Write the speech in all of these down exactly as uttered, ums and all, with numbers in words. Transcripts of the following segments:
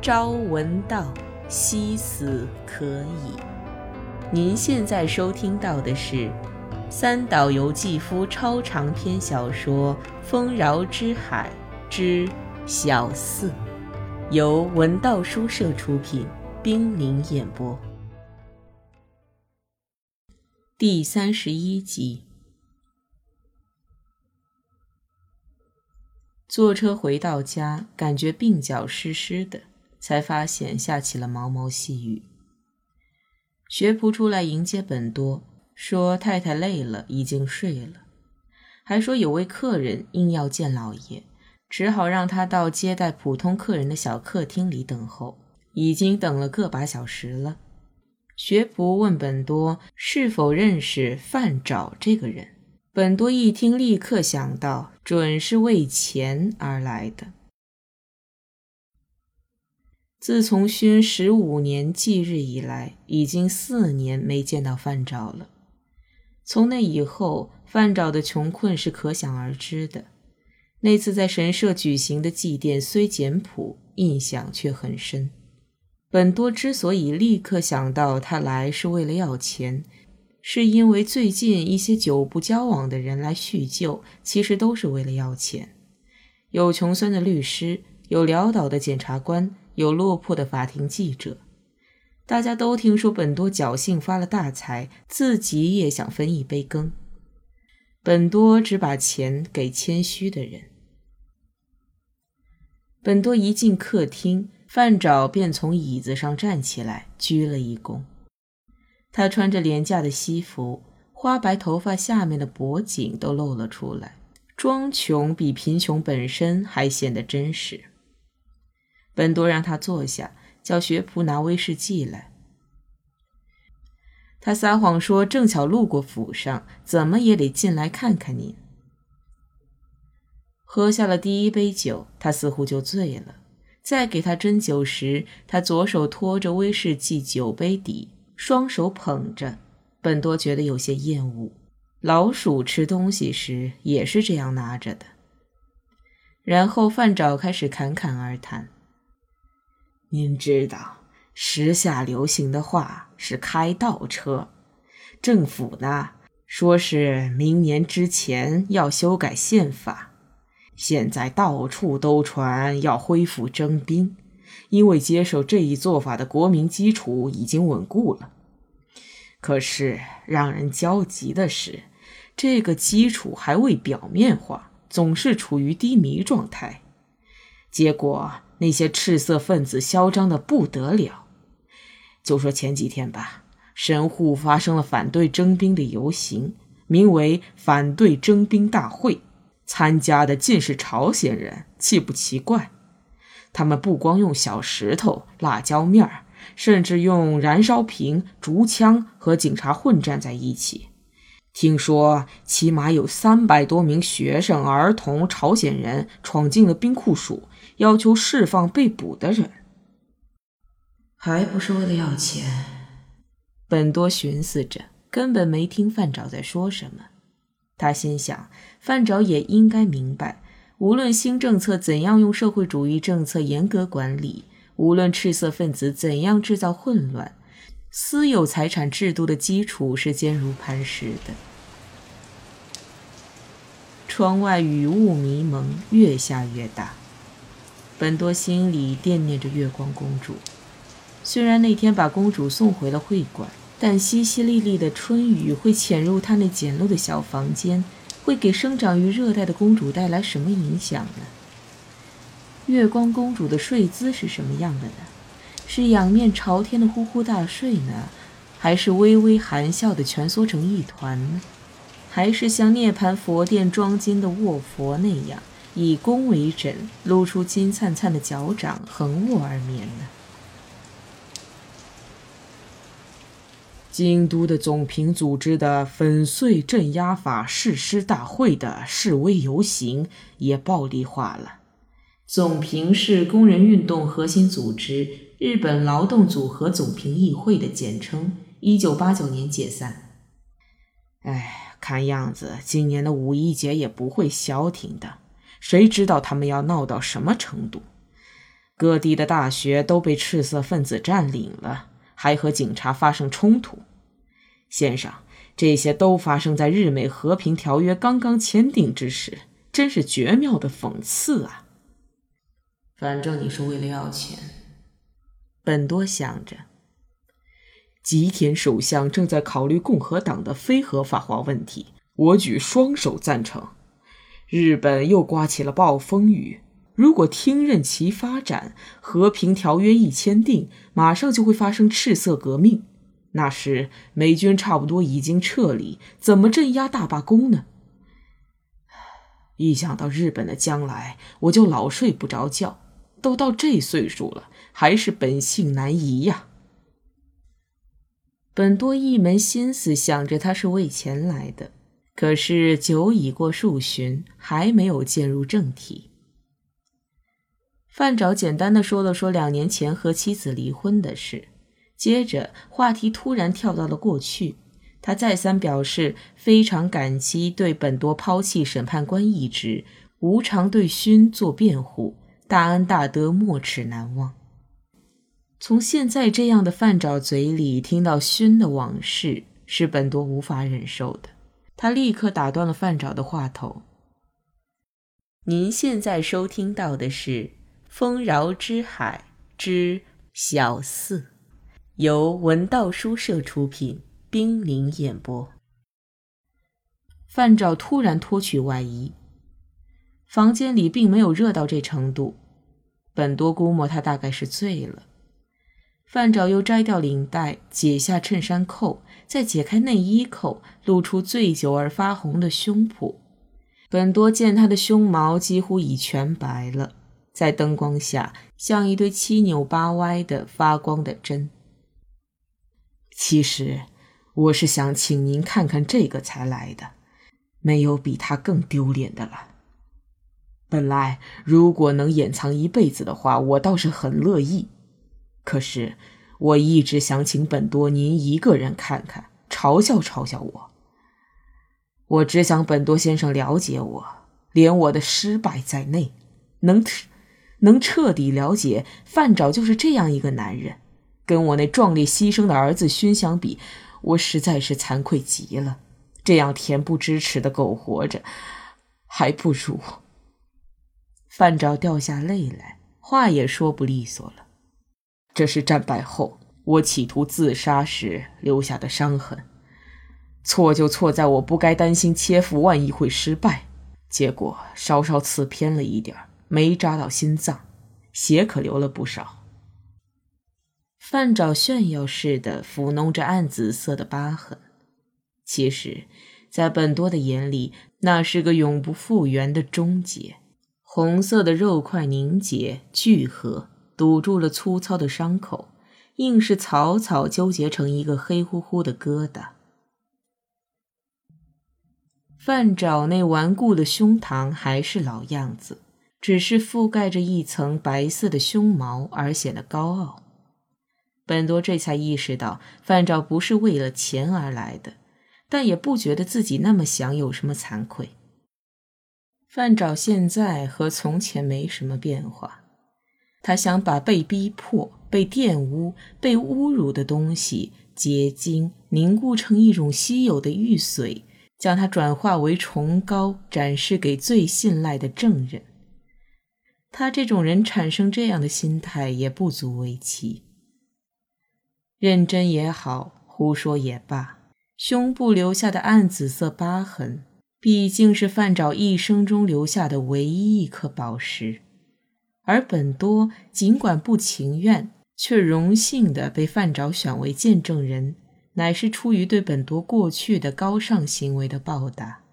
朝闻道，夕死可矣。您现在收听到的是三岛由纪夫超长篇小说《丰饶之海之小四》，由文道书社出品，冰凌演播。第三十一集。坐车回到家，感觉鬓角湿湿的，才发现下起了毛毛细雨。学仆出来迎接本多，说太太累了，已经睡了，还说有位客人硬要见老爷，只好让他到接待普通客人的小客厅里等候，已经等了个把小时了。学仆问本多是否认识范沼这个人，本多一听立刻想到准是为钱而来的。自从勋十五年忌日以来，已经四年没见到范沼了。从那以后，范沼的穷困是可想而知的。那次在神社举行的祭奠虽简朴，印象却很深。本多之所以立刻想到他来是为了要钱，是因为最近一些久不交往的人来叙旧，其实都是为了要钱。有穷酸的律师，有潦倒的检察官，有落魄的法庭记者。大家都听说本多侥幸发了大财，自己也想分一杯羹。本多只把钱给谦虚的人。本多一进客厅，范沼便从椅子上站起来，鞠了一躬。他穿着廉价的西服，花白头发下面的脖颈都露了出来，装穷比贫穷本身还显得真实。本多让他坐下，叫学仆拿威士忌来。他撒谎说正巧路过府上，怎么也得进来看看您。喝下了第一杯酒，他似乎就醉了。再给他斟酒时，他左手托着威士忌酒杯底，双手捧着。本多觉得有些厌恶，老鼠吃东西时也是这样拿着的。然后范沼开始侃侃而谈。您知道时下流行的话是开倒车，政府呢说是明年之前要修改宪法，现在到处都传要恢复征兵，因为接受这一做法的国民基础已经稳固了。可是让人焦急的是，这个基础还未表面化，总是处于低迷状态。结果那些赤色分子嚣张得不得了。就说前几天吧，神户发生了反对征兵的游行，名为反对征兵大会，参加的尽是朝鲜人，奇不奇怪？他们不光用小石头、辣椒面儿，甚至用燃烧瓶、竹枪和警察混战在一起。听说起码有三百多名学生、儿童、朝鲜人闯进了兵库署，要求释放被捕的人。还不是为了要钱？本多寻思着，根本没听范沼在说什么。他心想，范沼也应该明白，无论新政策怎样用社会主义政策严格管理，无论赤色分子怎样制造混乱，私有财产制度的基础是坚如磐石的。窗外雨雾迷蒙，越下越大。本多心里惦念着月光公主。虽然那天把公主送回了会馆，但淅淅沥沥的春雨会潜入她那简陋的小房间，会给生长于热带的公主带来什么影响呢？月光公主的睡姿是什么样的呢？是仰面朝天的呼呼大睡呢，还是微微含笑的蜷缩成一团呢？还是像涅槃佛殿装金的卧佛那样，以弓为枕，露出金灿灿的脚掌，横卧而眠呢？京都的总平组织的粉碎镇压法誓师大会的示威游行也暴力化了。总平是工人运动核心组织，日本劳动组合总评议会的简称，一九八九年解散。哎，看样子今年的五一节也不会消停的，谁知道他们要闹到什么程度？ 各地的大学都被赤色分子占领了，还和警察发生冲突。先生，这些都发生在日美和平条约刚刚签订之时，真是绝妙的讽刺啊！反正你是为了要钱，本多想着。吉田首相正在考虑共和党的非合法化问题，我举双手赞成。日本又刮起了暴风雨，如果听任其发展，和平条约一签订，马上就会发生赤色革命。那时美军差不多已经撤离，怎么镇压大罢工呢？一想到日本的将来，我就老睡不着觉。都到这岁数了，还是本性难移呀。本多一门心思想着他是为钱来的，可是酒已过数巡，还没有渐入正题。范沼简单的说了说两年前和妻子离婚的事，接着话题突然跳到了过去。他再三表示非常感激对本多抛弃审判官一职，无偿对勋做辩护，大恩大德没齿难忘。从现在这样的范沼嘴里听到勋的往事，是本多无法忍受的。他立刻打断了范沼的话头。您现在收听到的是《丰饶之海之小四》，由文道书社出品，冰凌演播。范沼突然脱去外衣，房间里并没有热到这程度，本多估摸他大概是醉了。范沼又摘掉领带，解下衬衫扣，再解开内衣扣，露出醉酒而发红的胸脯。本多见他的胸毛几乎已全白了，在灯光下像一堆七扭八歪的发光的针。其实我是想请您看看这个才来的，没有比他更丢脸的了。本来如果能掩藏一辈子的话，我倒是很乐意。可是我一直想请本多您一个人看看，嘲笑嘲笑我。我只想本多先生了解我，连我的失败在内，能能彻底了解范沼就是这样一个男人。跟我那壮烈牺牲的儿子勋相比，我实在是惭愧极了。这样恬不知耻的苟活着，还不如……范沼掉下泪来，话也说不利索了。这是战败后我企图自杀时留下的伤痕，错就错在我不该担心切腹万一会失败，结果稍稍刺偏了一点，没扎到心脏，血可流了不少。范沼炫耀似的抚弄着暗紫色的疤痕，其实在本多的眼里，那是个永不复原的终结。红色的肉块凝结聚合，堵住了粗糙的伤口，硬是草草纠结成一个黑乎乎的疙瘩。范沼那顽固的胸膛还是老样子，只是覆盖着一层白色的胸毛而显得高傲。本多这才意识到范沼不是为了钱而来的，但也不觉得自己那么想有什么惭愧。范沼现在和从前没什么变化，他想把被逼迫、被玷污、被侮辱的东西结晶凝固成一种稀有的玉髓，将它转化为崇高，展示给最信赖的证人。他这种人产生这样的心态也不足为奇。认真也好，胡说也罢，胸部留下的暗紫色疤痕毕竟是范沼一生中留下的唯一一颗宝石，而本多尽管不情愿，却荣幸地被范沼选为见证人，乃是出于对本多过去的高尚行为的报答。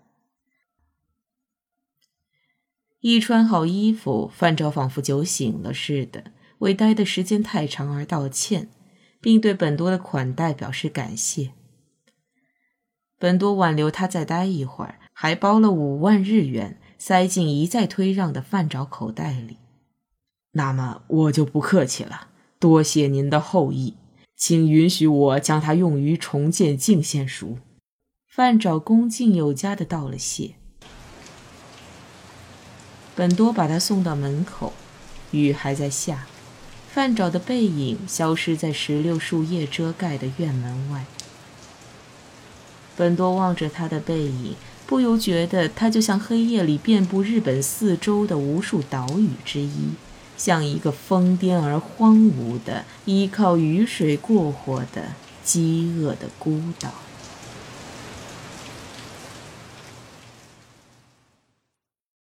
一穿好衣服，范沼仿佛酒醒了似的，为待的时间太长而道歉，并对本多的款待表示感谢。本多挽留他再待一会儿，还包了五万日元，塞进一再推让的范沼口袋里。那么我就不客气了，多谢您的厚意，请允许我将它用于重建净线塾。范沼恭敬有加地道了谢。本多把他送到门口， 雨还在下，范爪的背影消失在石榴树叶遮盖的院门外。本多望着他的背影，不由觉得他就像黑夜里遍布日本四周的无数岛屿之一，像一个疯癫而荒芜的依靠雨水过活的饥饿的孤岛。